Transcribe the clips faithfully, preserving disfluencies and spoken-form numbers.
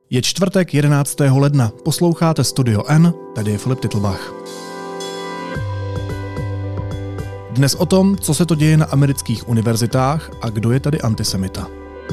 Je čtvrtek jedenáctého ledna, posloucháte Studio N, tady je Filip Titlbach. Dnes o tom, co se to děje na amerických univerzitách a kdo je tady antisemita.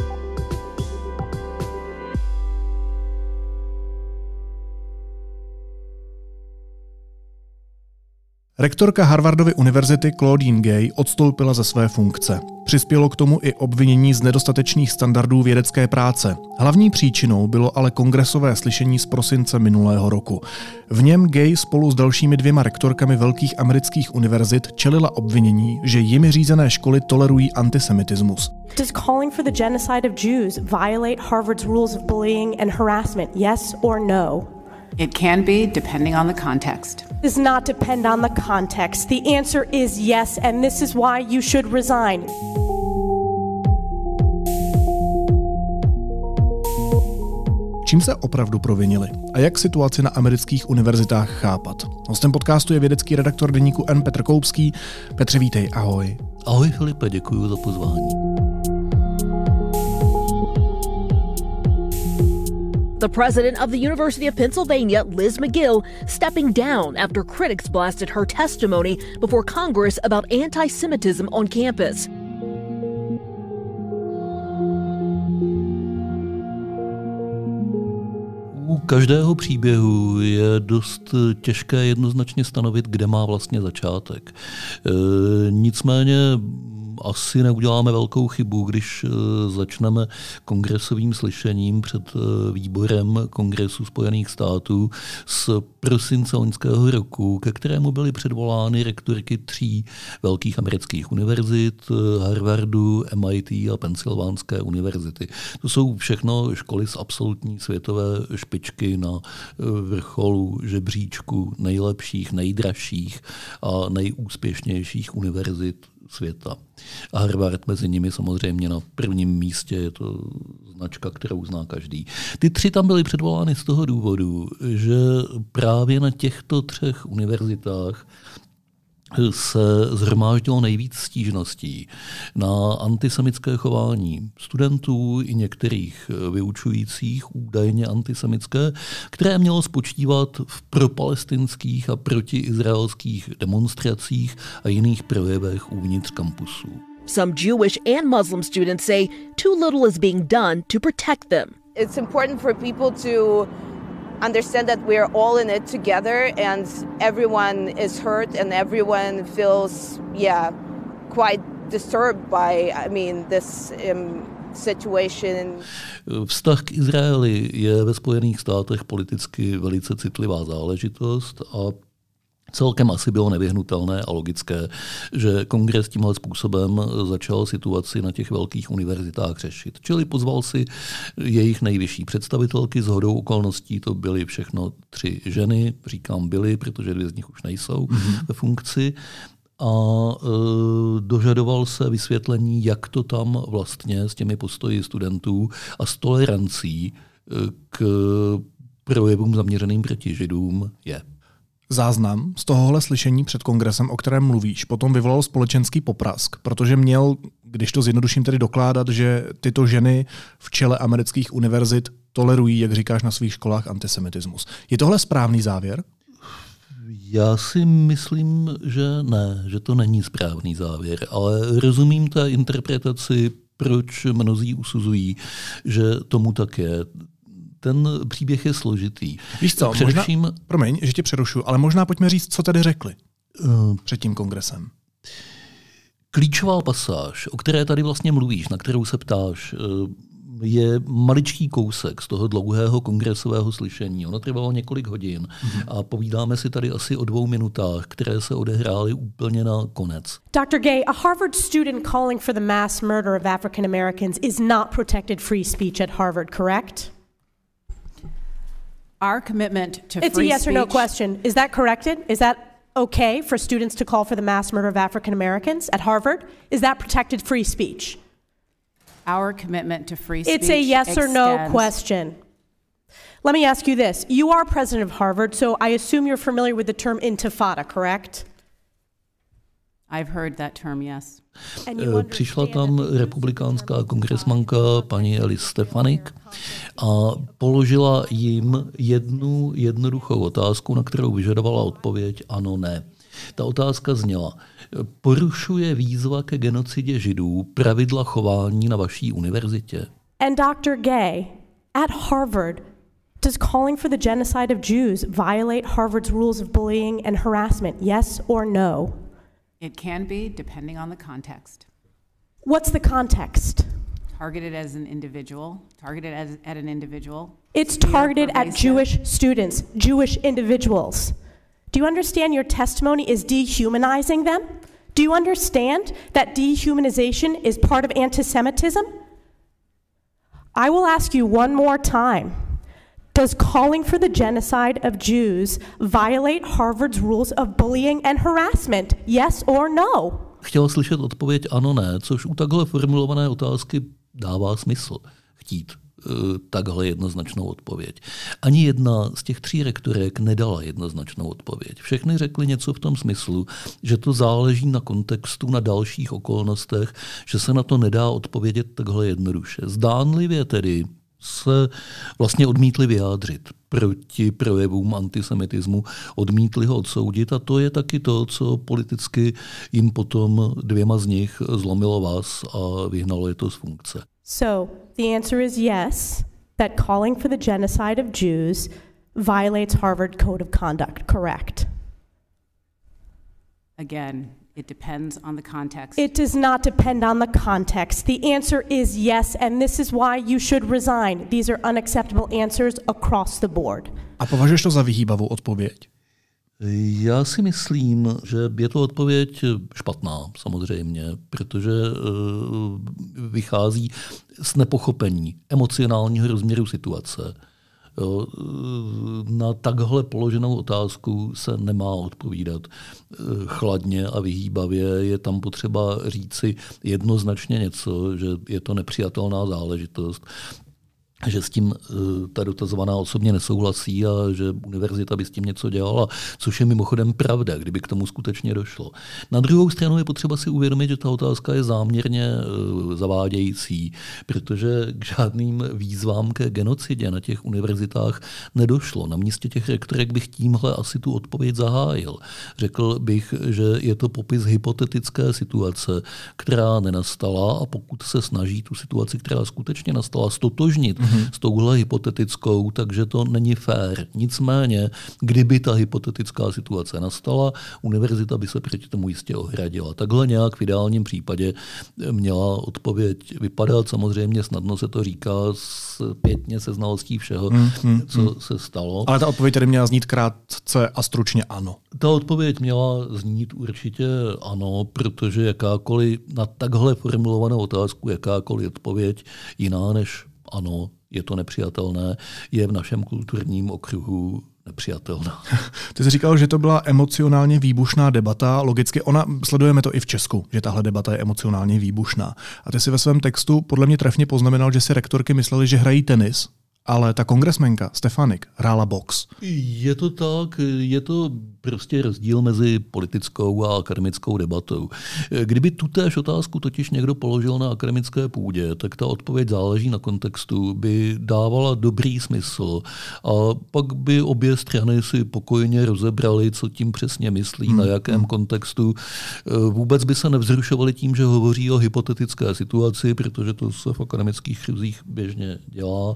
Rektorka Harvardovy univerzity Claudine Gay odstoupila ze své funkce. Přispělo k tomu i obvinění z nedostatečných standardů vědecké práce. Hlavní příčinou bylo ale kongresové slyšení z prosince minulého roku. V něm Gay spolu s dalšími dvěma rektorkami velkých amerických univerzit čelila obvinění, že jimi řízené školy tolerují antisemitismus. Does calling for the genocide of Jews violate Harvard's rules of bullying and harassment? Yes or no? It can be, depending on the context. Does not depend on the context. The answer is yes, and this is why you should resign. Čím se opravdu provinili a jak situaci na amerických univerzitách chápat? Hostem podcastu je vědecký redaktor deníku N Petr Koupský. Petře, vítej, ahoj. Ahoj Filipe, děkuji za pozvání. The president of the University of Pennsylvania, Liz Magill, stepping down after critics blasted her testimony before Congress about anti-Semitism on campus. U každého příběhu je dost těžké jednoznačně stanovit, kde má vlastně začátek. E, nicméně asi neuděláme velkou chybu, když začneme kongresovým slyšením před výborem Kongresu Spojených států z prosince loňského roku, ke kterému byly předvolány rektorky tří velkých amerických univerzit, Harvardu, M I T a Pensylvánské univerzity. To jsou všechno školy z absolutní světové špičky na vrcholu žebříčku nejlepších, nejdražších a nejúspěšnějších univerzit světa. A Harvard mezi nimi samozřejmě na prvním místě, je to značka, kterou zná každý. Ty tři tam byly předvolány z toho důvodu, že právě na těchto třech univerzitách se zhromáždilo nejvíc stížností na antisemické chování studentů i některých vyučujících, údajně antisemické, které mělo spočívat v propalestinských a protiizraelských demonstracích a jiných projevech uvnitř kampusů. Some Jewish and Muslim students say too little is being done to protect them. It's important for people to understand that we are all in it together and everyone is hurt and everyone feels, yeah, quite disturbed by, I mean, this um, situation. Vztah k Izraeli je ve Spojených státech politicky velice citlivá záležitost a celkem asi bylo nevyhnutelné a logické, že kongres tímhle způsobem začal situaci na těch velkých univerzitách řešit. Čili pozval si jejich nejvyšší představitelky, shodou okolností to byly všechno tři ženy, říkám byly, protože dvě z nich už nejsou mm-hmm. ve funkci, a e, dožadoval se vysvětlení, jak to tam vlastně s těmi postoji studentů a s tolerancí e, k projevům zaměřeným proti Židům je. Záznam z tohohle slyšení před kongresem, o kterém mluvíš, potom vyvolal společenský poprask, protože měl, když to zjednoduším, tedy dokládat, že tyto ženy v čele amerických univerzit tolerují, jak říkáš, na svých školách antisemitismus. Je tohle správný závěr? Já si myslím, že ne, že to není správný závěr, ale rozumím té interpretaci, proč mnozí usuzují, že tomu tak je. Ten příběh je složitý. Víš co, Především... možná, promiň, že tě přerušu, ale možná pojďme říct, co tady řekli uh, před tím kongresem. Klíčová pasáž, o které tady vlastně mluvíš, na kterou se ptáš, je maličký kousek z toho dlouhého kongresového slyšení. Ono trvalo několik hodin mm-hmm. a povídáme si tady asi o dvou minutách, které se odehrály úplně na konec. doctor Gay, a Harvard student calling for the mass murder of African Americans is not protected free speech at Harvard, correct? Our commitment to free speech... It's a yes or no question. Is that corrected? Is that okay for students to call for the mass murder of African Americans at Harvard? Is that protected free speech? Our commitment to free speech It's a yes extends. or no question. Let me ask you this. You are president of Harvard, so I assume you're familiar with the term intifada, correct? I've heard that term, yes. Přišla tam republikánská kongresmanka paní Elise Stefanik a položila jim jednu jednoduchou otázku, na kterou vyžadovala odpověď ano, ne. Ta otázka zněla, porušuje výzva ke genocidě Židů pravidla chování na vaší univerzitě? And doctor Gay, at Harvard, does calling for the genocide of Jews violate Harvard's rules of bullying and harassment, yes or no? It can be, depending on the context. What's the context? Targeted as an individual, targeted as, at an individual. It's targeted at Jewish students, Jewish individuals. Do you understand your testimony is dehumanizing them? Do you understand that dehumanization is part of anti-Semitism? I will ask you one more time. Does calling for the genocide of Jews violate Harvard's rules of bullying and harassment? Yes or no? Chtěla slyšet odpověď ano, ne, což u takhle formulované otázky dává smysl chtít uh, takhle jednoznačnou odpověď. Ani jedna z těch tří rektorek nedala jednoznačnou odpověď. Všechny řekly něco v tom smyslu, že to záleží na kontextu, na dalších okolnostech, že se na to nedá odpovědět takhle jednoduše. Zdánlivě tedy se vlastně odmítli vyjádřit proti projevům antisemitismu, odmítli ho odsoudit a to je taky to, co politicky jim potom dvěma z nich zlomilo vás a vyhnalo je to z funkce. So, the answer is yes, that calling for the genocide of Jews violates Harvard Code of Conduct, correct? Again, it depends on the context. It does not depend on the context. The answer is yes, and this is why you should resign. These are unacceptable answers across the board. A považuješ to za vyhýbavou odpověď? Já si myslím, že je to odpověď špatná, samozřejmě, protože vychází z nepochopení emocionálního rozměru situace. Na takhle položenou otázku se nemá odpovídat chladně a vyhýbavě. Je tam potřeba říci jednoznačně něco, že je to nepřijatelná záležitost, že s tím ta dotazovaná osobně nesouhlasí a že univerzita by s tím něco dělala, což je mimochodem pravda, kdyby k tomu skutečně došlo. Na druhou stranu je potřeba si uvědomit, že ta otázka je záměrně zavádějící, protože k žádným výzvám ke genocidě na těch univerzitách nedošlo. Na místě těch rektorek bych tímhle asi tu odpověď zahájil. Řekl bych, že je to popis hypotetické situace, která nenastala a pokud se snaží tu situaci, která skutečně nastala, stotožnit mm-hmm. s touhle hypotetickou, takže to není fér. Nicméně, kdyby ta hypotetická situace nastala, univerzita by se proti tomu jistě ohradila. Takhle nějak v ideálním případě měla odpověď vypadat. Samozřejmě snadno se to říká zpětně se znalostí všeho, mm-hmm. co se stalo. Ale ta odpověď tedy měla znít krátce a stručně ano. Ta odpověď měla znít určitě ano, protože jakákoliv na takhle formulovanou otázku, jakákoliv odpověď jiná než ano, je to nepřijatelné, je v našem kulturním okruhu nepřijatelná. Ty jsi říkal, že to byla emocionálně výbušná debata. Logicky ona, sledujeme to i v Česku, že tahle debata je emocionálně výbušná. A ty si ve svém textu podle mě trefně poznamenal, že si rektorky mysleli, že hrají tenis, ale ta kongresmenka Stefanik hrála box. Je to tak, je to prostě rozdíl mezi politickou a akademickou debatou. Kdyby tutéž otázku totiž někdo položil na akademické půdě, tak ta odpověď záleží na kontextu, by dávala dobrý smysl a pak by obě strany si pokojně rozebrali, co tím přesně myslí, hmm. na jakém kontextu. Vůbec by se nevzrušovali tím, že hovoří o hypotetické situaci, protože to se v akademických kruzích běžně dělá.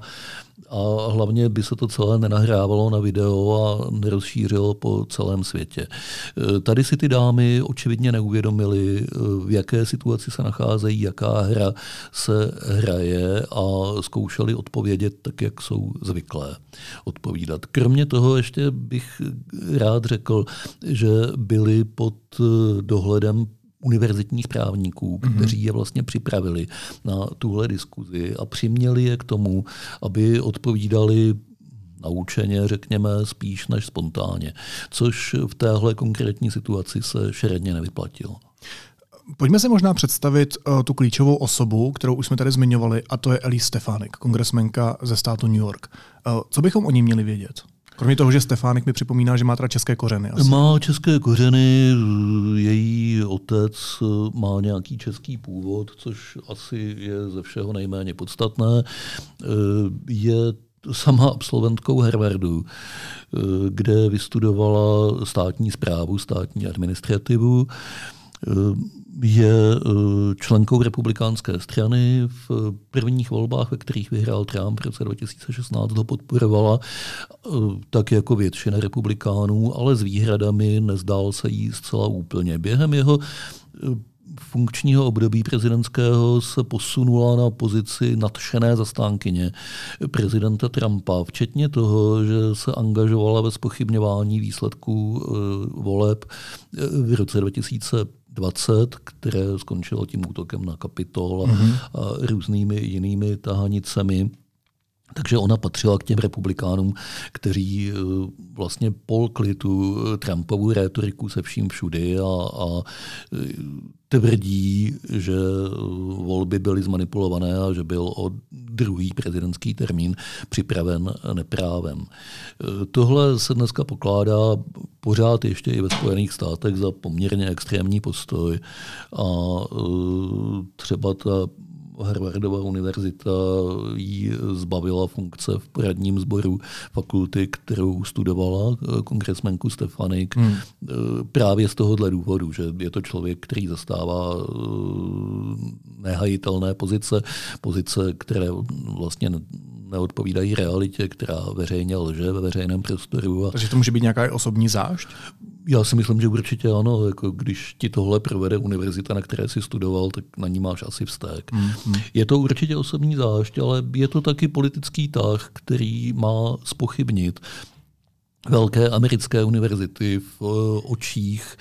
A hlavně by se to celé nenahrávalo na video a nerozšířilo po celém světě. Tady si ty dámy očividně neuvědomily, v jaké situaci se nacházejí, jaká hra se hraje a zkoušeli odpovědět tak, jak jsou zvyklé odpovídat. Kromě toho ještě bych rád řekl, že byli pod dohledem univerzitních právníků, kteří je vlastně připravili na tuhle diskuzi a přiměli je k tomu, aby odpovídali naučeně, řekněme, spíš než spontánně, což v téhle konkrétní situaci se šeredně nevyplatilo. Pojďme si možná představit uh, tu klíčovou osobu, kterou už jsme tady zmiňovali, a to je Elise Stefanik, kongresmenka ze státu New York. Uh, co bychom o ní měli vědět? Kromě toho, že Stefánek mi připomíná, že má teda české kořeny. Asi. Má české kořeny, její otec má nějaký český původ, což asi je ze všeho nejméně podstatné. Je sama absolventkou Harvardu, kde vystudovala státní správu, státní administrativu. Je členkou republikánské strany. V prvních volbách, ve kterých vyhrál Trump v roce dva tisíce šestnáct, ho podporovala tak jako většina republikánů, ale s výhradami, nezdál se jí zcela úplně. Během jeho funkčního období prezidentského se posunula na pozici nadšené zastánkyně prezidenta Trumpa, včetně toho, že se angažovala ve zpochybňování výsledků voleb v roce dva tisíce dvacet, které skončilo tím útokem na Kapitol a, mm-hmm. a různými jinými tahanicemi. Takže ona patřila k těm republikánům, kteří vlastně polkli tu Trumpovu rétoriku se vším všudy a, a tvrdí, že volby byly zmanipulované a že byl o druhý prezidentský termín připraven neprávem. Tohle se dneska pokládá pořád ještě i ve Spojených státech za poměrně extrémní postoj a třeba ta Harvardova univerzita jí zbavila funkce v poradním sboru fakulty, kterou studovala kongresmenku Stefanik, hmm. právě z tohohle důvodu, že je to člověk, který zastává nehajitelné pozice, pozice, které vlastně neodpovídají realitě, která veřejně lže ve veřejném prostoru. A takže to může být nějaká osobní zášť? Já si myslím, že určitě ano. Jako když ti tohle provede univerzita, na které jsi studoval, tak na ní máš asi vztek. Mm, mm. Je to určitě osobní zášť, ale je to taky politický tah, který má zpochybnit velké americké univerzity v očích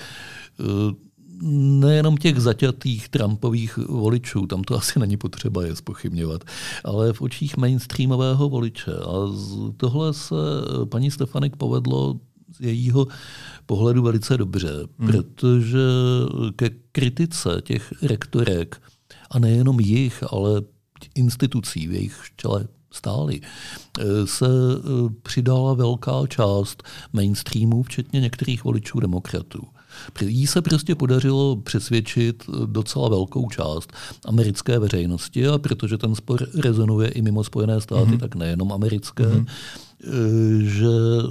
nejenom těch zaťatých Trumpových voličů, tam to asi není potřeba je zpochybňovat, ale v očích mainstreamového voliče. A tohle se paní Stefanik povedlo z jejího pohledu velice dobře, hmm. protože ke kritice těch rektorek, a nejenom jich, ale institucí, v jejich čele stály, se přidala velká část mainstreamu, včetně některých voličů demokratů. Jí se prostě podařilo přesvědčit docela velkou část americké veřejnosti, a protože ten spor rezonuje i mimo Spojené státy, mm-hmm. tak nejenom americké, mm-hmm. že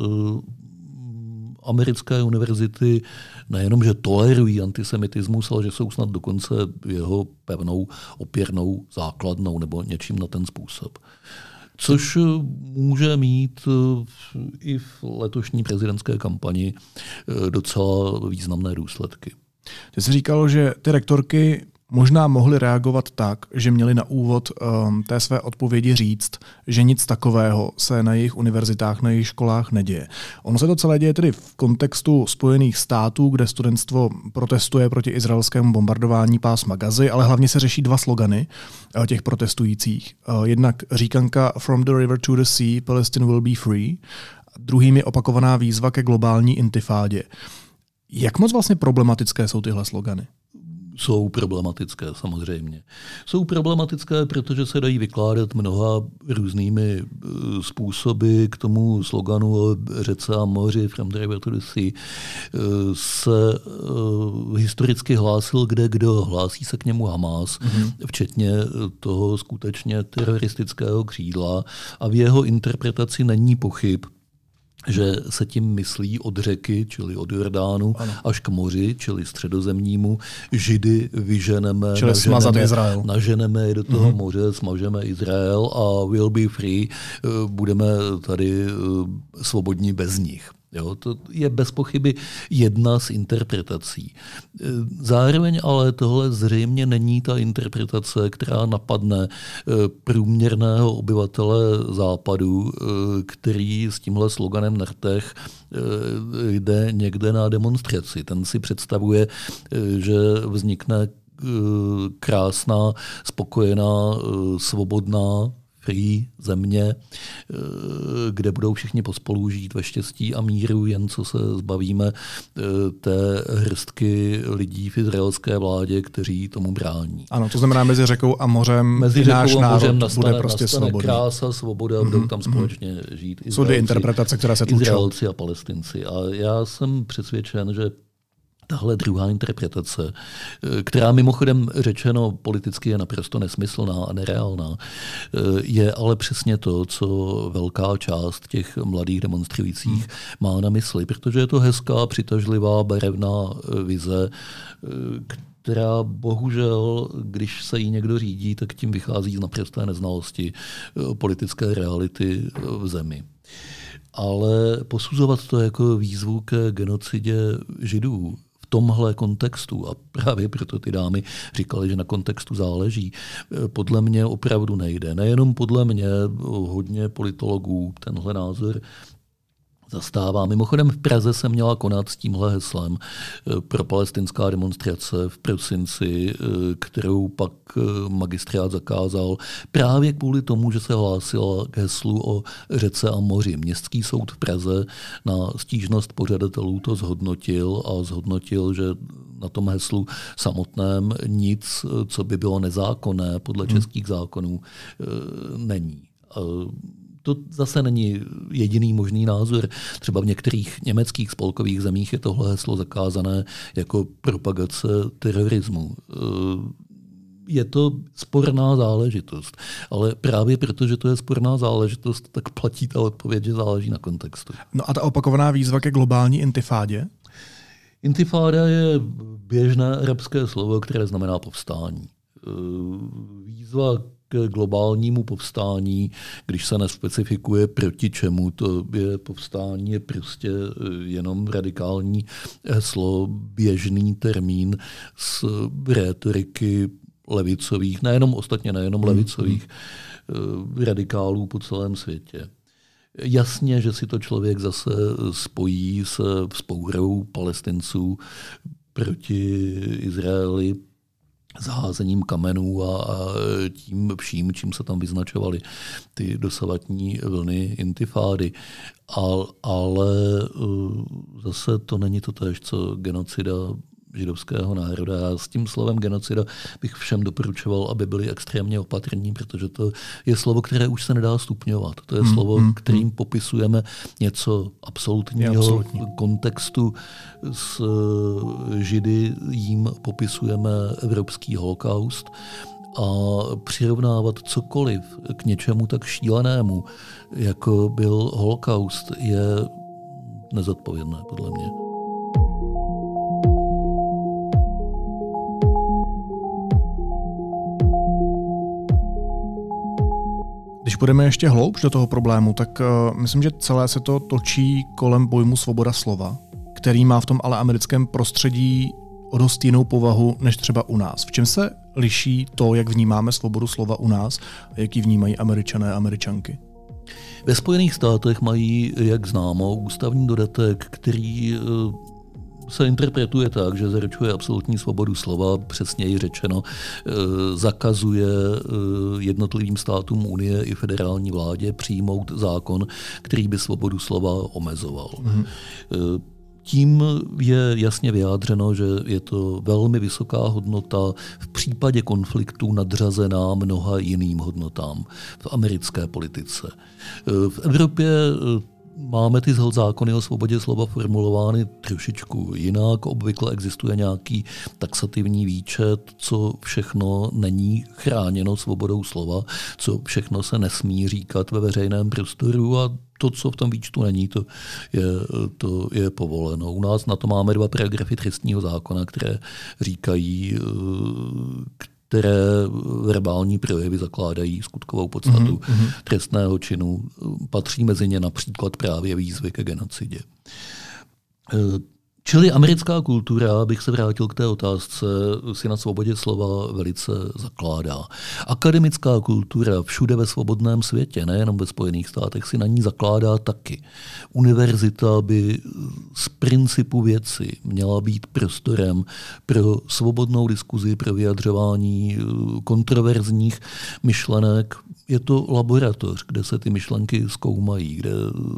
americké univerzity nejenom, že tolerují antisemitismus, ale že jsou snad dokonce jeho pevnou opěrnou základnou nebo něčím na ten způsob. Což může mít i v letošní prezidentské kampani docela významné důsledky. Ty jsi říkal, že ty rektorky možná mohly reagovat tak, že měli na úvod um, té své odpovědi říct, že nic takového se na jejich univerzitách, na jejich školách neděje. Ono se to celé děje tedy v kontextu Spojených států, kde studentstvo protestuje proti izraelskému bombardování pásma Gazy, ale hlavně se řeší dva slogany uh, těch protestujících. Uh, jednak říkanka From the river to the sea, Palestine will be free. Druhým je opakovaná výzva ke globální intifádě. Jak moc vlastně problematické jsou tyhle slogany? Jsou problematické, samozřejmě. Jsou problematické, protože se dají vykládat mnoha různými způsoby. K tomu sloganu o řece a moři From the river to the sea se uh, historicky hlásil kde kdo. Hlásí se k němu Hamas, mm-hmm. včetně toho skutečně teroristického křídla, a v jeho interpretaci není pochyb, že se tím myslí od řeky, čili od Jordánu, ano. až k moři, čili středozemnímu. Židy vyženeme, čili naženeme, naženeme je do toho mm-hmm. moře, smažeme Izrael a will be free, budeme tady svobodní bez nich. Jo, to je bez pochyby jedna z interpretací. Zároveň ale tohle zřejmě není ta interpretace, která napadne průměrného obyvatele západu, který s tímhle sloganem na rtech jde někde na demonstraci. Ten si představuje, že vznikne krásná, spokojená, svobodná, free země, kde budou všichni pospolu žít ve štěstí a míru, jen co se zbavíme té hrstky lidí v izraelské vládě, kteří tomu brání. Ano, to znamená mezi řekou a mořem mezi náš řekou a národ mořem nastane, bude prostě nastane svobodný. krása, svoboda, budou tam společně žít Jsou dvě interpretace, které se tlučou. Izraelci a Palestinci. A já jsem přesvědčen, že tahle druhá interpretace, která mimochodem řečeno politicky je naprosto nesmyslná a nereálná, je ale přesně to, co velká část těch mladých demonstrujících má na mysli, protože je to hezká, přitažlivá, barevná vize, která bohužel, když se jí někdo řídí, tak tím vychází z naprosté neznalosti politické reality v zemi. Ale posuzovat to jako výzvu ke genocidě Židů v tomhle kontextu, a právě proto ty dámy říkaly, že na kontextu záleží, podle mě opravdu nejde. Nejenom podle mě, hodně politologů tenhle názor zastává. Mimochodem v Praze se měla konat s tímhle heslem pro palestinská demonstrace v prosinci, kterou pak magistrát zakázal právě kvůli tomu, že se hlásila k heslu o řece a moři. Městský soud v Praze na stížnost pořadatelů to zhodnotil a zhodnotil, že na tom heslu samotném nic, co by bylo nezákonné podle českých zákonů, není. To zase není jediný možný názor. Třeba v některých německých spolkových zemích je tohle heslo zakázané jako propagace terorismu. Je to sporná záležitost, ale právě protože to je sporná záležitost, tak platí ta odpověď, že záleží na kontextu. No a ta opakovaná výzva ke globální intifádě? Intifáda je běžné arabské slovo, které znamená povstání. Výzva k globálnímu povstání, když se nespecifikuje proti čemu to je povstání, je prostě jenom radikální heslo, běžný termín z rétoriky levicových, nejenom ostatně nejenom levicových mm. radikálů po celém světě. Jasně, že si to člověk zase spojí s vzpourou Palestinců proti Izraeli, zházením kamenů a, a tím vším, čím se tam vyznačovaly ty dosavadní vlny intifády. Al, ale zase to není to též, co genocida židovského národa. Já s tím slovem genocida bych všem doporučoval, aby byli extrémně opatrní, protože to je slovo, které už se nedá stupňovat. To je hmm, slovo, hmm, kterým popisujeme něco absolutního kontextu. S Židy jim popisujeme evropský holokaust a přirovnávat cokoliv k něčemu tak šílenému, jako byl holokaust, je nezodpovědné podle mě. Když půjdeme ještě hloubš do toho problému, tak uh, myslím, že celé se to točí kolem pojmu svoboda slova, který má v tom ale americkém prostředí o dost jinou povahu než třeba u nás. V čem se liší to, jak vnímáme svobodu slova u nás a jak ji vnímají Američané a Američanky? Ve Spojených státech mají, jak známo, ústavní dodatek, který uh, se interpretuje tak, že zaručuje absolutní svobodu slova, přesněji řečeno, zakazuje jednotlivým státům Unie i federální vládě přijmout zákon, který by svobodu slova omezoval. Mm. Tím je jasně vyjádřeno, že je to velmi vysoká hodnota v případě konfliktu nadřazená mnoha jiným hodnotám v americké politice. V Evropě máme ty zákony o svobodě slova formulovány trošičku jinak. Obvykle existuje nějaký taxativní výčet, co všechno není chráněno svobodou slova, co všechno se nesmí říkat ve veřejném prostoru a to, co v tom výčtu není, to je, to je povoleno. U nás na to máme dva paragrafy trestního zákona, které říkají, které verbální projevy zakládají skutkovou podstatu mm-hmm. trestného činu. Patří mezi ně například právě výzvy ke genocidě. Čili americká kultura, bych se vrátil k té otázce, si na svobodě slova velice zakládá. Akademická kultura všude ve svobodném světě, nejenom ve Spojených státech, si na ní zakládá taky. Univerzita by z principu věci měla být prostorem pro svobodnou diskuzi, pro vyjadřování kontroverzních myšlenek. Je to laboratoř, kde se ty myšlenky zkoumají, kde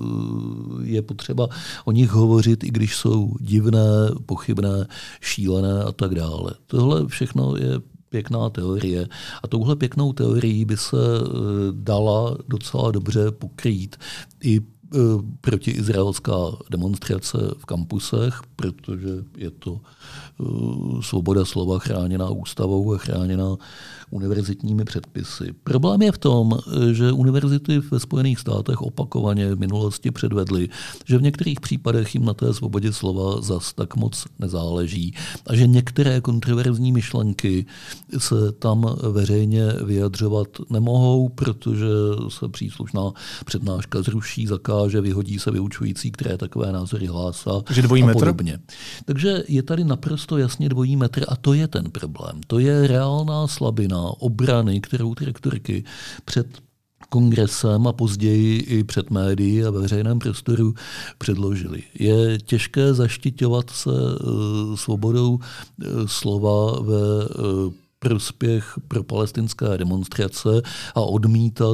je potřeba o nich hovořit, i když jsou divné, pochybné, šílené a tak dále. Tohle všechno je pěkná teorie a touhle pěknou teorií by se dala docela dobře pokrýt i protiizraelská demonstrace v kampusech, protože je to svoboda slova chráněná ústavou a chráněná univerzitními předpisy. Problém je v tom, že univerzity ve Spojených státech opakovaně v minulosti předvedly, že v některých případech jim na té svobodě slova zas tak moc nezáleží a že některé kontroverzní myšlenky se tam veřejně vyjadřovat nemohou, protože se příslušná přednáška zruší, zakáže, vyhodí se vyučující, které takové názory hlásá a podobně. Takže je tady naprosto jasně dvojí metr a to je ten problém. To je reálná slabina obrany, kterou ty rektorky před kongresem a později i před médií a ve veřejném prostoru předložili. Je těžké zaštiťovat se svobodou slova ve prospěch pro palestinské demonstrace a odmítat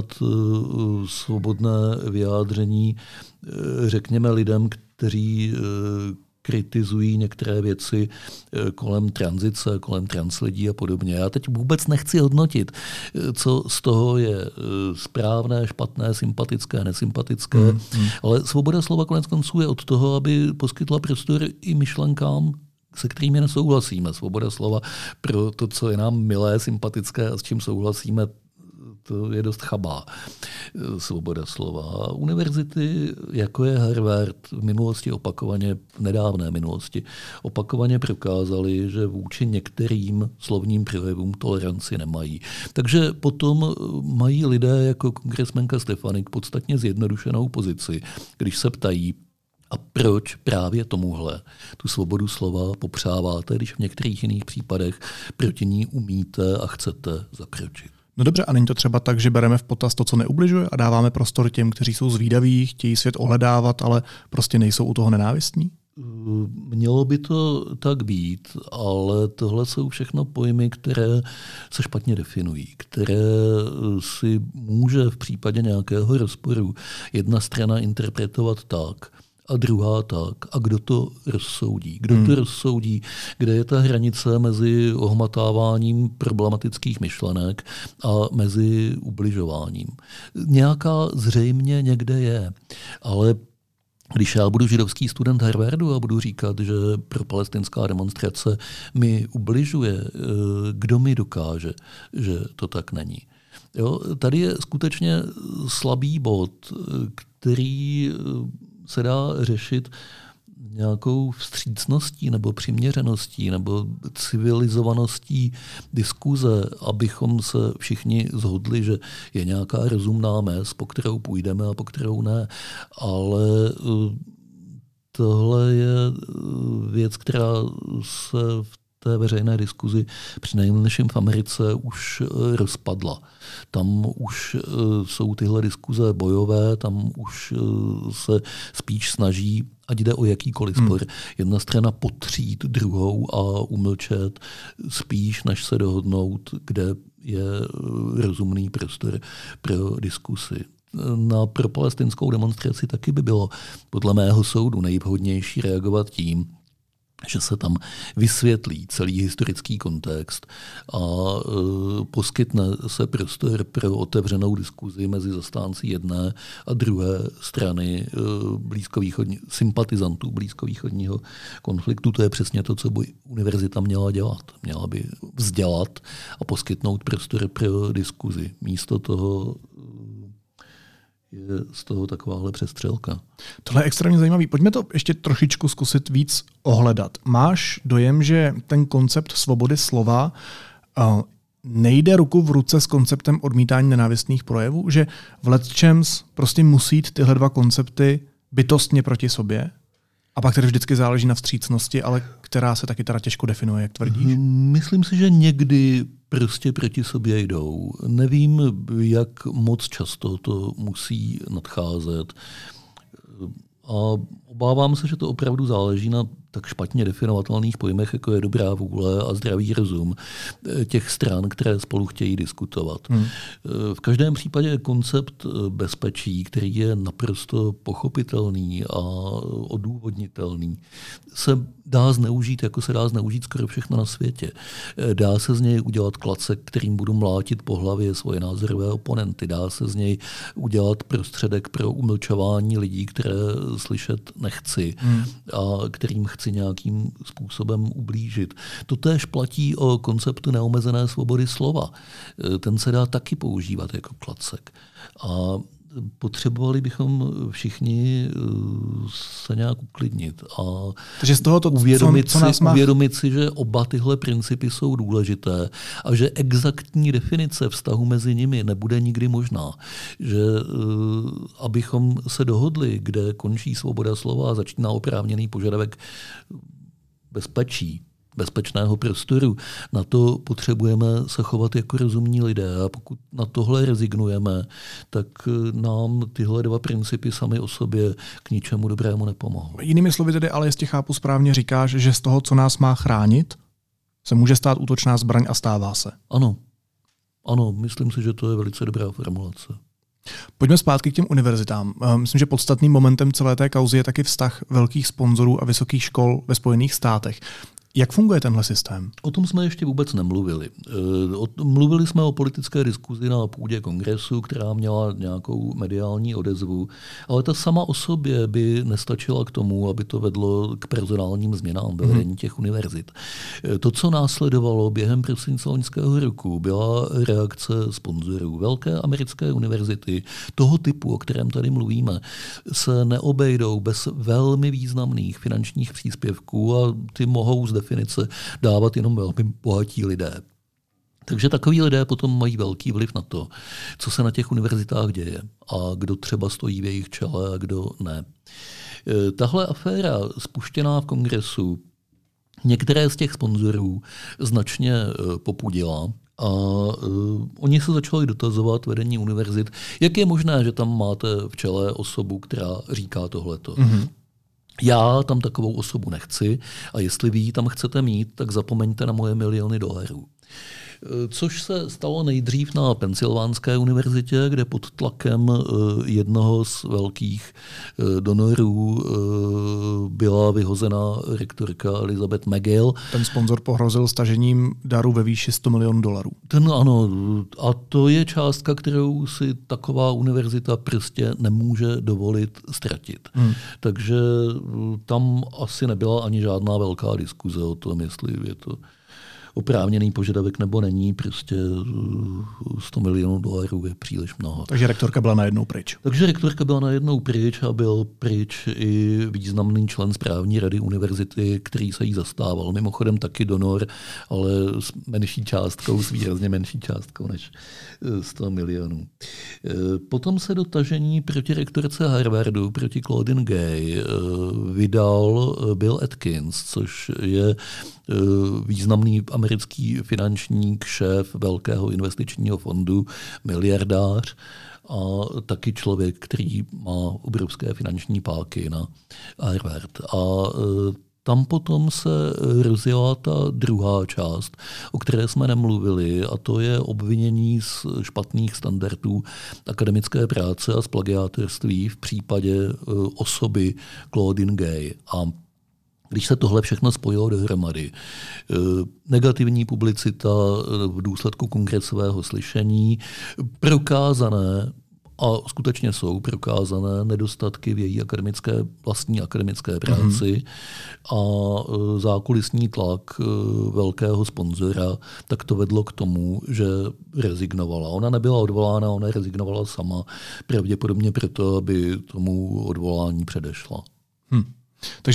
svobodné vyjádření, řekněme, lidem, kteří kritizují některé věci kolem tranzice, kolem translidí a podobně. Já teď vůbec nechci hodnotit, co z toho je správné, špatné, sympatické, nesympatické, mm, mm. ale svoboda slova konec konců je od toho, aby poskytla prostor i myšlenkám, se kterými nesouhlasíme. Svoboda slova pro to, co je nám milé, sympatické a s čím souhlasíme, to je dost chabá svoboda slova. Univerzity, jako je Harvard, v minulosti opakovaně, v nedávné minulosti, opakovaně prokázaly, že vůči některým slovním projevům toleranci nemají. Takže potom mají lidé jako kongresmenka Stefanik podstatně zjednodušenou pozici, když se ptají, a proč právě tomuhle tu svobodu slova popřáváte, když v některých jiných případech proti ní umíte a chcete zakročit. No dobře, a není to třeba tak, že bereme v potaz to, co neubližuje a dáváme prostor těm, kteří jsou zvídaví, chtějí svět ohledávat, ale prostě nejsou u toho nenávistní? Mělo by to tak být, ale tohle jsou všechno pojmy, které se špatně definují, které si může v případě nějakého rozporu jedna strana interpretovat tak, a druhá tak. A kdo to rozsoudí? Kdo hmm. to rozsoudí? Kde je ta hranice mezi ohmatáváním problematických myšlenek a mezi ubližováním? Nějaká zřejmě někde je, ale když já budu židovský student Harvardu a budu říkat, že pro palestinská demonstrace mi ubližuje, kdo mi dokáže, že to tak není? Jo? Tady je skutečně slabý bod, který se dá řešit nějakou vstřícností nebo přiměřeností nebo civilizovaností diskuze, abychom se všichni shodli, že je nějaká rozumná mez, po kterou půjdeme a po kterou ne. Ale tohle je věc, která se v té veřejné diskuzi přinejmenším v Americe už rozpadla. Tam už jsou tyhle diskuze bojové, tam už se spíš snaží, ať jde o jakýkoliv spor, hmm. jedna strana potřít druhou a umlčet spíš, než se dohodnout, kde je rozumný prostor pro diskusi. Na propalestinskou demonstraci taky by bylo podle mého soudu nejvhodnější reagovat tím, že se tam vysvětlí celý historický kontext a e, poskytne se prostor pro otevřenou diskuzi mezi zastánci jedné a druhé strany e, blízkovýchodní, sympatizantů blízkovýchodního konfliktu. To je přesně to, co by univerzita měla dělat. Měla by vzdělat a poskytnout prostor pro diskuzi. Místo toho je z toho takováhle přestřelka. Tohle je extrémně zajímavý. Pojďme to ještě trošičku zkusit víc ohledat. Máš dojem, že ten koncept svobody slova uh, nejde ruku v ruce s konceptem odmítání nenávistných projevů? Že v lecčems prostě musí jít tyhle dva koncepty bytostně proti sobě? A pak tedy vždycky záleží na vstřícnosti, ale která se taky teda těžko definuje, jak tvrdíš? Myslím si, že někdy prostě proti sobě jdou. Nevím, jak moc často to musí nadcházet. A obávám se, že to opravdu záleží na tak špatně definovatelných pojmech, jako je dobrá vůle a zdravý rozum těch stran, které spolu chtějí diskutovat. Hmm. V každém případě koncept bezpečí, který je naprosto pochopitelný a odůvodnitelný, se dá zneužít, jako se dá zneužít skoro všechno na světě. Dá se z něj udělat klacek, kterým budu mlátit po hlavě svoje názorové oponenty. Dá se z něj udělat prostředek pro umlčování lidí, které slyšet nechci hmm. a kterým chci nějakým způsobem ublížit. Totéž platí o konceptu neomezené svobody slova. Ten se dá taky používat jako klacek. A potřebovali bychom všichni se nějak uklidnit a Takže z toho to, uvědomit, co, co nás si, má... uvědomit si, že oba tyhle principy jsou důležité a že exaktní definice vztahu mezi nimi nebude nikdy možná. Že abychom se dohodli, kde končí svoboda slova a začíná oprávněný požadavek bezpečí, bezpečného prostoru. Na to potřebujeme se chovat jako rozumní lidé a pokud na tohle rezignujeme, tak nám tyhle dva principy sami o sobě k ničemu dobrému nepomohou. Jinými slovy tedy, ale jestli chápu správně, říkáš, že z toho, co nás má chránit, se může stát útočná zbraň a stává se. Ano. Ano, myslím si, že to je velice dobrá formulace. Pojďme zpátky k těm univerzitám. Myslím, že podstatným momentem celé té kauzy je taky vztah velkých sponzorů a vysokých škol ve Spojených státech. Jak funguje tenhle systém? O tom jsme ještě vůbec nemluvili. Mluvili jsme o politické diskuzi na půdě kongresu, která měla nějakou mediální odezvu, ale ta sama o sobě by nestačila k tomu, aby to vedlo k personálním změnám ve vedení těch univerzit. To, co následovalo během prosince loňského roku, byla reakce sponzorů. Velké americké univerzity toho typu, o kterém tady mluvíme, se neobejdou bez velmi významných finančních příspěvků a ty mohou zde definice dávat jenom velmi bohatí lidé. Takže takoví lidé potom mají velký vliv na to, co se na těch univerzitách děje a kdo třeba stojí v jejich čele a kdo ne. Tahle aféra spuštěná v kongresu některé z těch sponzorů značně popudila a uh, oni se začali dotazovat vedení univerzit, jak je možné, že tam máte v čele osobu, která říká tohleto. Mm-hmm. Já tam takovou osobu nechci a jestli vy ji tam chcete mít, tak zapomeňte na moje miliony dolarů. Což se stalo nejdřív na Pensylvánské univerzitě, kde pod tlakem jednoho z velkých donorů byla vyhozena rektorka Elizabeth McGill. Ten sponzor pohrozil stažením daru ve výši sto milionů dolarů. Ten ano. A to je částka, kterou si taková univerzita prostě nemůže dovolit ztratit. Hmm. Takže tam asi nebyla ani žádná velká diskuze o tom, jestli je to oprávněný požadavek nebo není, prostě sto milionů dolarů je příliš mnoho. Takže rektorka byla najednou pryč. Takže rektorka byla najednou pryč a byl pryč i významný člen správní rady univerzity, který se jí zastával. Mimochodem taky donor, ale s menší částkou, s výrazně menší částkou než sto milionů. Potom se do tažení proti rektorce Harvardu, proti Claudine Gay, vydal Bill Atkins, což je významný americký finančník, šéf velkého investičního fondu, miliardář a taky člověk, který má obrovské finanční páky na Harvard. A tam potom se rozjela ta druhá část, o které jsme nemluvili, a to je obvinění z špatných standardů akademické práce a z plagiátorství v případě osoby Claudine Gay. A když se tohle všechno spojilo dohromady, negativní publicita v důsledku kongresového slyšení, prokázané, a skutečně jsou prokázané nedostatky v její akademické, vlastní akademické práci mm-hmm. a zákulisní tlak velkého sponzora, tak to vedlo k tomu, že rezignovala. Ona nebyla odvolána, ona rezignovala sama, pravděpodobně proto, aby tomu odvolání předešla. Hmm. Takže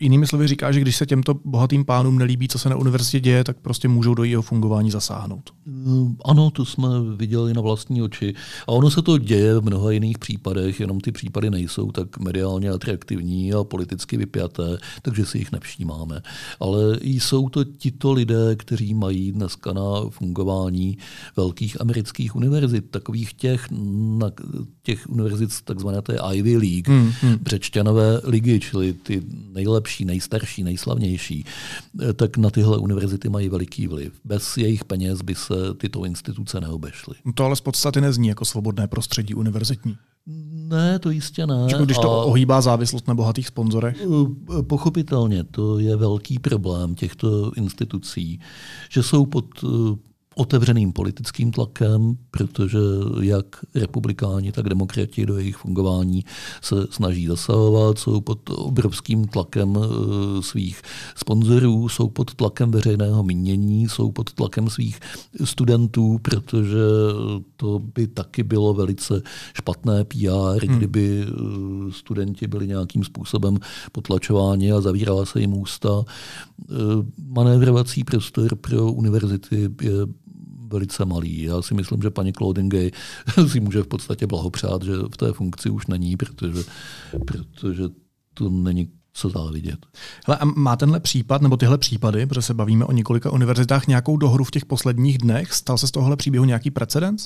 Jinými slovy říká, že když se těmto bohatým pánům nelíbí, co se na univerzitě děje, tak prostě můžou do jeho fungování zasáhnout. Ano, to jsme viděli na vlastní oči. A ono se to děje v mnoha jiných případech, jenom ty případy nejsou tak mediálně atraktivní a politicky vypjaté, takže si jich nevšímáme. Ale jsou to tito lidé, kteří mají dneska na fungování velkých amerických univerzit, takových těch, na, těch univerzit takzvané té Ivy League, hmm, hmm. Břečťanové ligy, čili ty nejlepší, nejstarší, nejslavnější, tak na tyhle univerzity mají veliký vliv. Bez jejich peněz by se tyto instituce neobešly. To ale z podstaty nezní jako svobodné prostředí univerzitní. Ne, to jistě ne. Čili když to a ohýbá závislost na bohatých sponzorech? Pochopitelně, to je velký problém těchto institucí, že jsou pod otevřeným politickým tlakem, protože jak republikáni, tak demokrati do jejich fungování se snaží zasahovat, jsou pod obrovským tlakem svých sponzorů, jsou pod tlakem veřejného mínění, jsou pod tlakem svých studentů, protože to by taky bylo velice špatné P R, hmm. kdyby studenti byli nějakým způsobem potlačováni a zavírala se jim ústa. Manévrovací prostor pro univerzity je velice malý. Já si myslím, že paní Claudine Gay si může v podstatě blahopřát, že v té funkci už není, protože, protože to není co závidět. Hele, a má tenhle případ, nebo tyhle případy, protože se bavíme o několika univerzitách, nějakou dohru v těch posledních dnech? Stal se z tohohle příběhu nějaký precedens?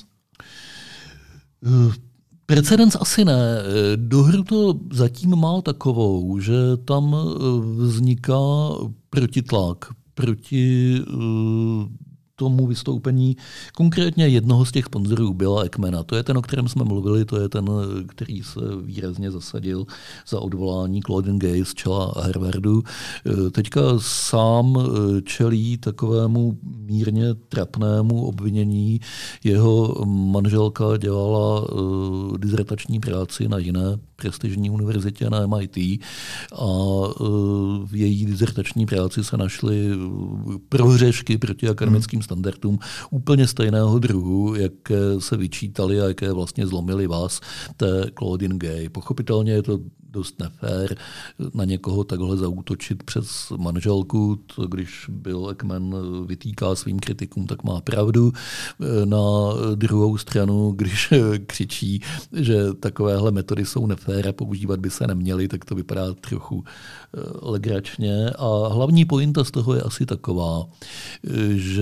Uh, Precedens asi ne. Dohru to zatím má takovou, že tam vzniká protitlak proti uh, tomu vystoupení konkrétně jednoho z těch sponzorů Billa Ackmana. To je ten, o kterém jsme mluvili, to je ten, který se výrazně zasadil za odvolání Claudine Gay z čela Harvardu. Teďka sám čelí takovému mírně trapnému obvinění. Jeho manželka dělala dizertační práci na jiné prestižní univerzitě na M I T a v její dizertační práci se našly prohřešky proti akademickým standardům úplně stejného druhu, jak se vyčítali a jaké vlastně zlomili vás té Claudine Gay. Pochopitelně je to dost nefér na někoho takhle zaútočit přes manželku. To, když Bill Ackman vytýká svým kritikům, tak má pravdu. Na druhou stranu, když křičí, že takovéhle metody jsou nefér a používat by se neměly, tak to vypadá trochu legračně. A hlavní pointa z toho je asi taková, že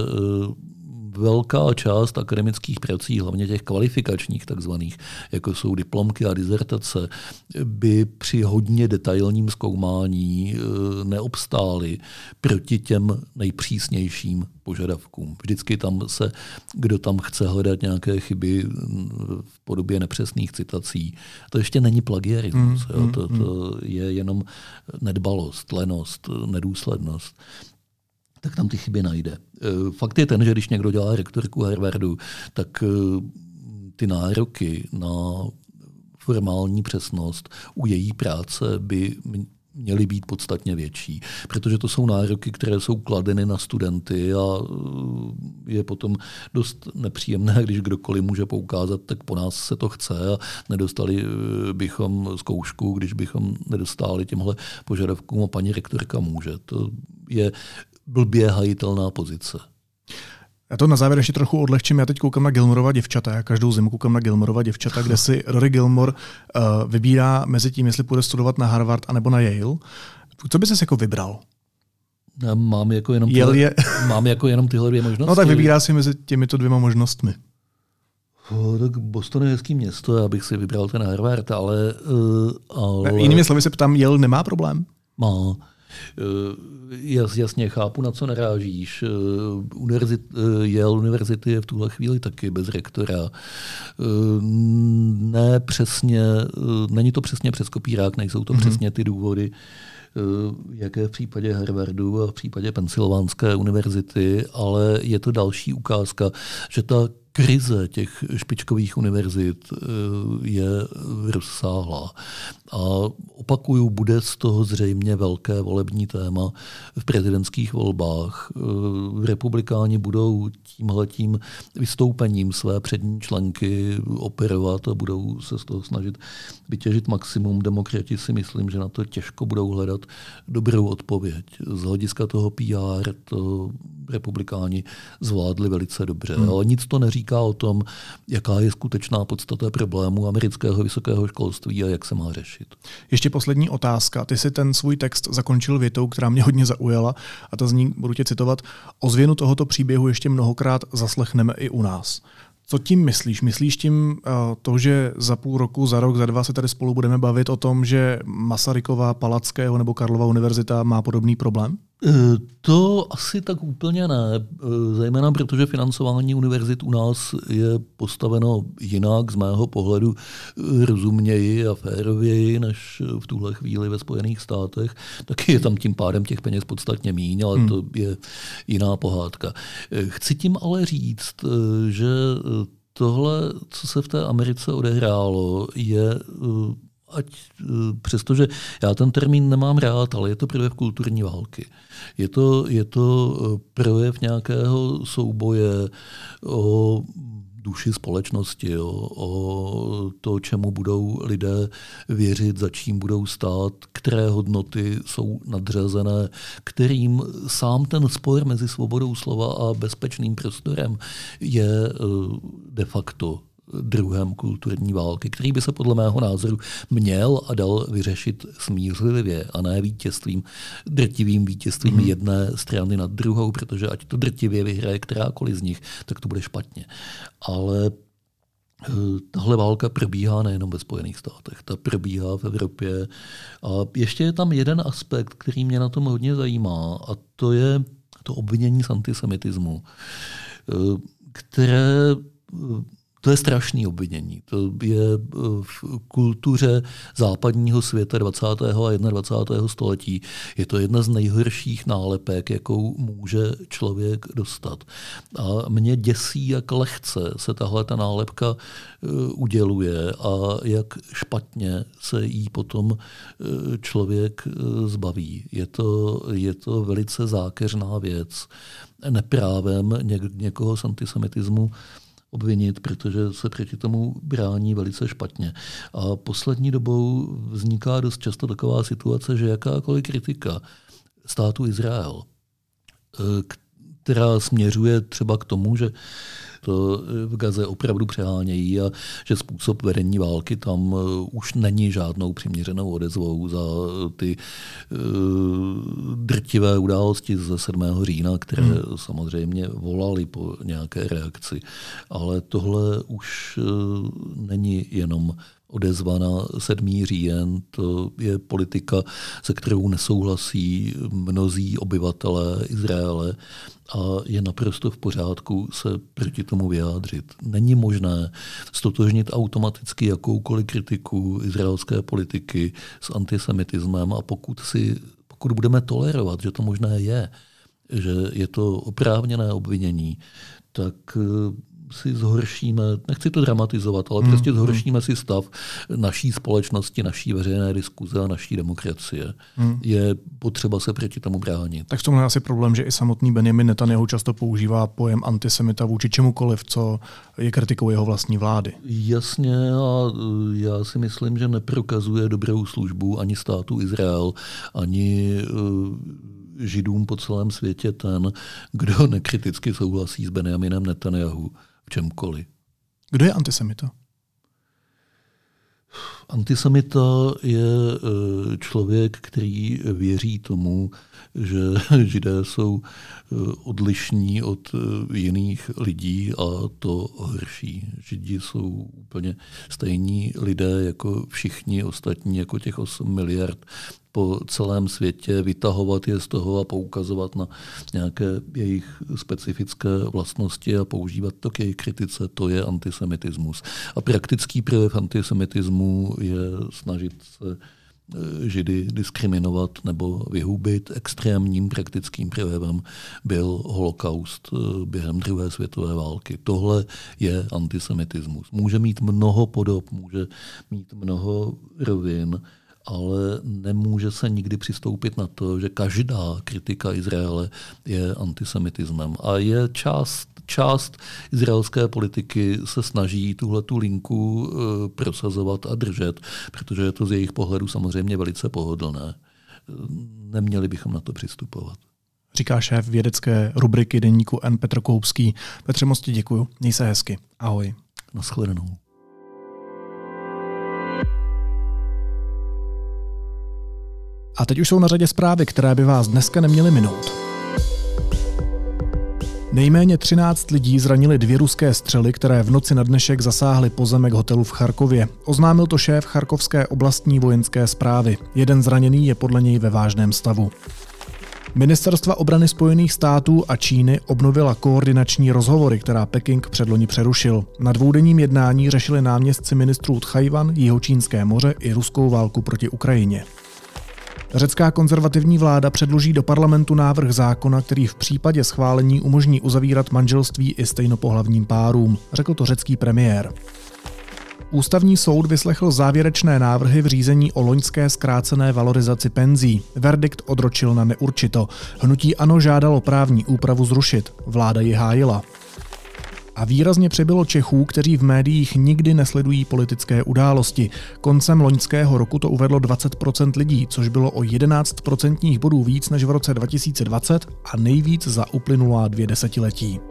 velká část akademických prací, hlavně těch kvalifikačních takzvaných, jako jsou diplomky a dizertace, by při hodně detailním zkoumání neobstály proti těm nejpřísnějším požadavkům. Vždycky tam se, kdo tam chce hledat nějaké chyby v podobě nepřesných citací, to ještě není plagiarismus. Mm, mm, to, to je jenom nedbalost, lenost, nedůslednost. Tak tam ty chyby najde. Fakt je ten, že když někdo dělá rektorku Harvardu, tak ty nároky na formální přesnost u její práce by měly být podstatně větší, protože to jsou nároky, které jsou kladeny na studenty a je potom dost nepříjemné, když kdokoliv může poukázat, tak po nás se to chce a nedostali bychom zkoušku, když bychom nedostali těmhle požadavkům a paní rektorka může. To je blbě hajitelná pozice. Já to na závěr ještě trochu odlehčím. Já teď koukám na Gilmorova děvčata. Já každou zimu koukám na Gilmorova děvčata, kde si Rory Gilmore uh, vybírá mezi tím, jestli půjde studovat na Harvard anebo na Yale. Co by ses jako vybral? Já mám jako jenom tyhle, je... mám jako jenom tyhle dvě možnosti. No tak vybírá si mezi těmito dvěma možnostmi. Oh, tak Boston je hezký město, já bych si vybral ten Harvard, ale... Uh, ale... Jinými slovy se ptám, Yale nemá problém? Má. Jas, jasně, chápu, na co narážíš. Univerzit, Yale univerzity je v tuhle chvíli taky bez rektora. Ne přesně, není to přesně přes kopírák, nejsou to mm-hmm. přesně ty důvody, jaké v případě Harvardu a v případě Pensylvánské univerzity, ale je to další ukázka, že ta krize těch špičkových univerzit je rozsáhlá. A opakuju, bude z toho zřejmě velké volební téma v prezidentských volbách. Republikáni budou tímhletím vystoupením své přední členky operovat a budou se z toho snažit vytěžit maximum. Demokrati si myslím, že na to těžko budou hledat dobrou odpověď. Z hlediska toho P R to republikáni zvládli velice dobře. Hmm. Ale nic to neříká o tom, jaká je skutečná podstata problému amerického vysokého školství a jak se má řešit. Ještě poslední otázka. Ty si ten svůj text zakončil větou, která mě hodně zaujala, a ta zní, budu tě citovat, ozvěnu tohoto příběhu ještě mnohokrát zaslechneme i u nás. Co tím myslíš? Myslíš tím uh, to, že za půl roku, za rok, za dva se tady spolu budeme bavit o tom, že Masaryková, Palackého nebo Karlova univerzita má podobný problém? To asi tak úplně ne, zejména protože financování univerzit u nás je postaveno jinak, z mého pohledu rozumněji a férověji než v tuhle chvíli ve Spojených státech. Taky je tam tím pádem těch peněz podstatně míň, ale hmm. to je jiná pohádka. Chci tím ale říct, že tohle, co se v té Americe odehrálo, je... Ať přestože já ten termín nemám rád, ale je to projev kulturní války. Je to, je to projev nějakého souboje o duši společnosti, o, o to, čemu budou lidé věřit, za čím budou stát, které hodnoty jsou nadřazené, kterým sám ten spor mezi svobodou slova a bezpečným prostorem je de facto druhem kulturní války, který by se podle mého názoru měl a dal vyřešit smířlivě a ne vítězstvím, drtivým vítězstvím mm. jedné strany nad druhou, protože ať to drtivě vyhraje kterákoliv z nich, tak to bude špatně. Ale tahle válka probíhá nejenom ve Spojených státech, ta probíhá v Evropě. A ještě je tam jeden aspekt, který mě na tom hodně zajímá, a to je to obvinění z antisemitismu, které... To je strašný obvinění. To je v kultuře západního světa dvacátého a dvacátého prvního století. Je to jedna z nejhorších nálepek, jakou může člověk dostat. A mě děsí, jak lehce se tahle ta nálepka uděluje a jak špatně se jí potom člověk zbaví. Je to, je to velice zákeřná věc. Neprávem ně, někoho z antisemitismu obvinit, protože se proti tomu brání velice špatně. A poslední dobou vzniká dost často taková situace, že jakákoliv kritika státu Izrael, která směřuje třeba k tomu, že to v Gaze opravdu přehánějí a že způsob vedení války tam už není žádnou přiměřenou odezvou za ty drtivé události ze sedmého října, které hmm. samozřejmě volaly po nějaké reakci. Ale tohle už není jenom odezva na sedmý říjen, to je politika, se kterou nesouhlasí mnozí obyvatelé Izraele a je naprosto v pořádku se proti tomu vyjádřit. Není možné stotožnit automaticky jakoukoliv kritiku izraelské politiky s antisemitismem a pokud, si, pokud budeme tolerovat, že to možné je, že je to oprávněné obvinění, tak si zhoršíme, nechci to dramatizovat, ale hmm. prostě zhoršíme si stav naší společnosti, naší veřejné diskuze a naší demokracie. Hmm. Je potřeba se proti tomu bránit. Tak v tom je asi problém, že i samotný Benjamin Netanyahu často používá pojem antisemita vůči čemukoliv, co je kritikou jeho vlastní vlády. Jasně, a já si myslím, že neprokazuje dobrou službu ani státu Izrael, ani Židům po celém světě ten, kdo nekriticky souhlasí s Benjaminem Netanyahu v čemkoliv. Kdo je antisemita? Antisemita je člověk, který věří tomu, že Židé jsou odlišní od jiných lidí a to horší. Židi jsou úplně stejní lidé jako všichni ostatní, jako těch osm miliard po celém světě, vytahovat je z toho a poukazovat na nějaké jejich specifické vlastnosti a používat to k jejich kritice, to je antisemitismus. A praktický projev antisemitismu je snažit se Židy diskriminovat nebo vyhubit. Extrémním praktickým projevem byl holokaust během druhé světové války. Tohle je antisemitismus. Může mít mnoho podob, může mít mnoho rovin, ale nemůže se nikdy přistoupit na to, že každá kritika Izraele je antisemitismem. A je část, část izraelské politiky se snaží tuhletu linku e, prosazovat a držet, protože je to z jejich pohledu samozřejmě velice pohodlné. Neměli bychom na to přistupovat. Říká šéf vědecké rubriky deníku N. Petr Koupský. Petře, moc ti děkuju. Měj se hezky. Ahoj. Naschledanou. A teď už jsou na řadě zprávy, které by vás dneska neměly minout. Nejméně třináct lidí zranili dvě ruské střely, které v noci na dnešek zasáhly pozemek hotelu v Charkově. Oznámil to šéf Charkovské oblastní vojenské správy. Jeden zraněný je podle něj ve vážném stavu. Ministerstva obrany Spojených států a Číny obnovila koordinační rozhovory, která Peking předloni přerušil. Na dvoudenním jednání řešili náměstci ministrů Tchaj-wan, Jihočínské moře i ruskou válku proti Ukrajině. Řecká konzervativní vláda předloží do parlamentu návrh zákona, který v případě schválení umožní uzavírat manželství i stejnopohlavním párům, řekl to řecký premiér. Ústavní soud vyslechl závěrečné návrhy v řízení o loňské zkrácené valorizaci penzí. Verdikt odročil na neurčito. Hnutí ANO žádalo právní úpravu zrušit. Vláda ji hájila. A výrazně přibylo Čechů, kteří v médiích nikdy nesledují politické události. Koncem loňského roku to uvedlo dvacet procent lidí, což bylo o jedenáct procentních bodů víc než v roce dva tisíce dvacet a nejvíc za uplynulá dvě desetiletí.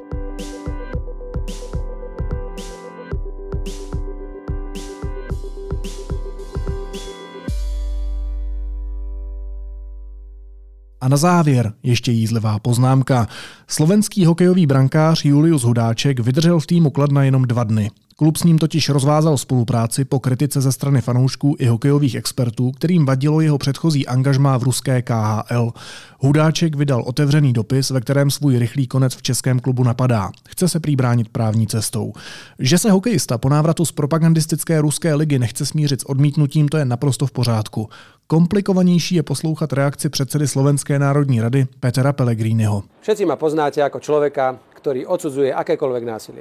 A na závěr ještě jízlivá poznámka. Slovenský hokejový brankář Julius Hudáček vydržel v týmu Kladna jenom dva dny. Klub s ním totiž rozvázal spolupráci po kritice ze strany fanoušků i hokejových expertů, kterým vadilo jeho předchozí angažmá v ruské K H L. Hudáček vydal otevřený dopis, ve kterém svůj rychlý konec v českém klubu napadá. Chce se prý bránit právní cestou. Že se hokejista po návratu z propagandistické ruské ligy nechce smířit s odmítnutím, to je naprosto v pořádku. Komplikovanější je poslouchat reakci předsedy Slovenské národní rady Petra Pellegriniho. Všetci ma poznáte ako človeka, ktorý odsudzuje akékoľvek násilie.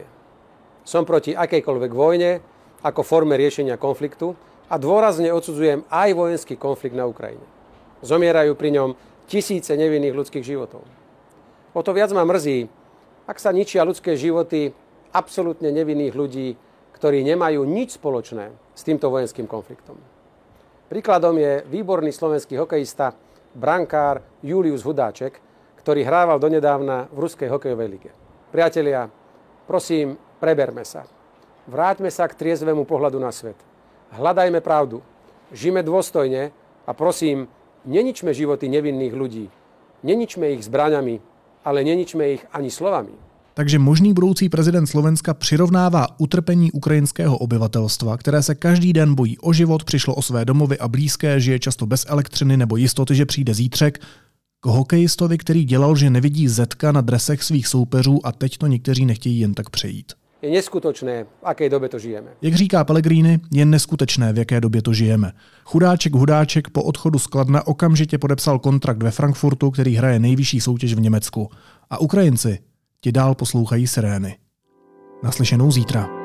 Som proti akejkoľvek vojne ako forme riešenia konfliktu a dôrazne odsudzujem aj vojenský konflikt na Ukrajine. Zomierajú pri ňom tisíce nevinných ľudských životov. O to viac ma mrzí, ak sa ničia ľudské životy absolútne nevinných ľudí, ktorí nemajú nič spoločné s týmto vojenským konfliktom. Príkladom je výborný slovenský hokejista, brankár Julius Hudáček, ktorý hrával donedávna v ruskej hokejovej lige. Priatelia, prosím, preberme sa. Vráťme sa k triezvému pohľadu na svet. Hľadajme pravdu. Žijme dôstojne a prosím, neničme životy nevinných ľudí. Neničme ich zbraňami, ale neničme ich ani slovami. Takže možný budoucí prezident Slovenska přirovnává utrpení ukrajinského obyvatelstva, které se každý den bojí o život, přišlo o své domovy a blízké, žije často bez elektřiny nebo jistoty, že přijde zítřek, k hokejistovi, který dělal, že nevidí zetka na dresech svých soupeřů a teď to někteří nechtějí jen tak přejít. Je neskutočné, v jaké době to žijeme. Jak říká Pellegrini, je neskutečné, v jaké době to žijeme. Chudáček Hudáček po odchodu z Kladna okamžitě podepsal kontrakt ve Frankfurtu, který hraje nejvyšší soutěž v Německu. A Ukrajinci ti dál poslouchají sirény. Naslyšenou zítra.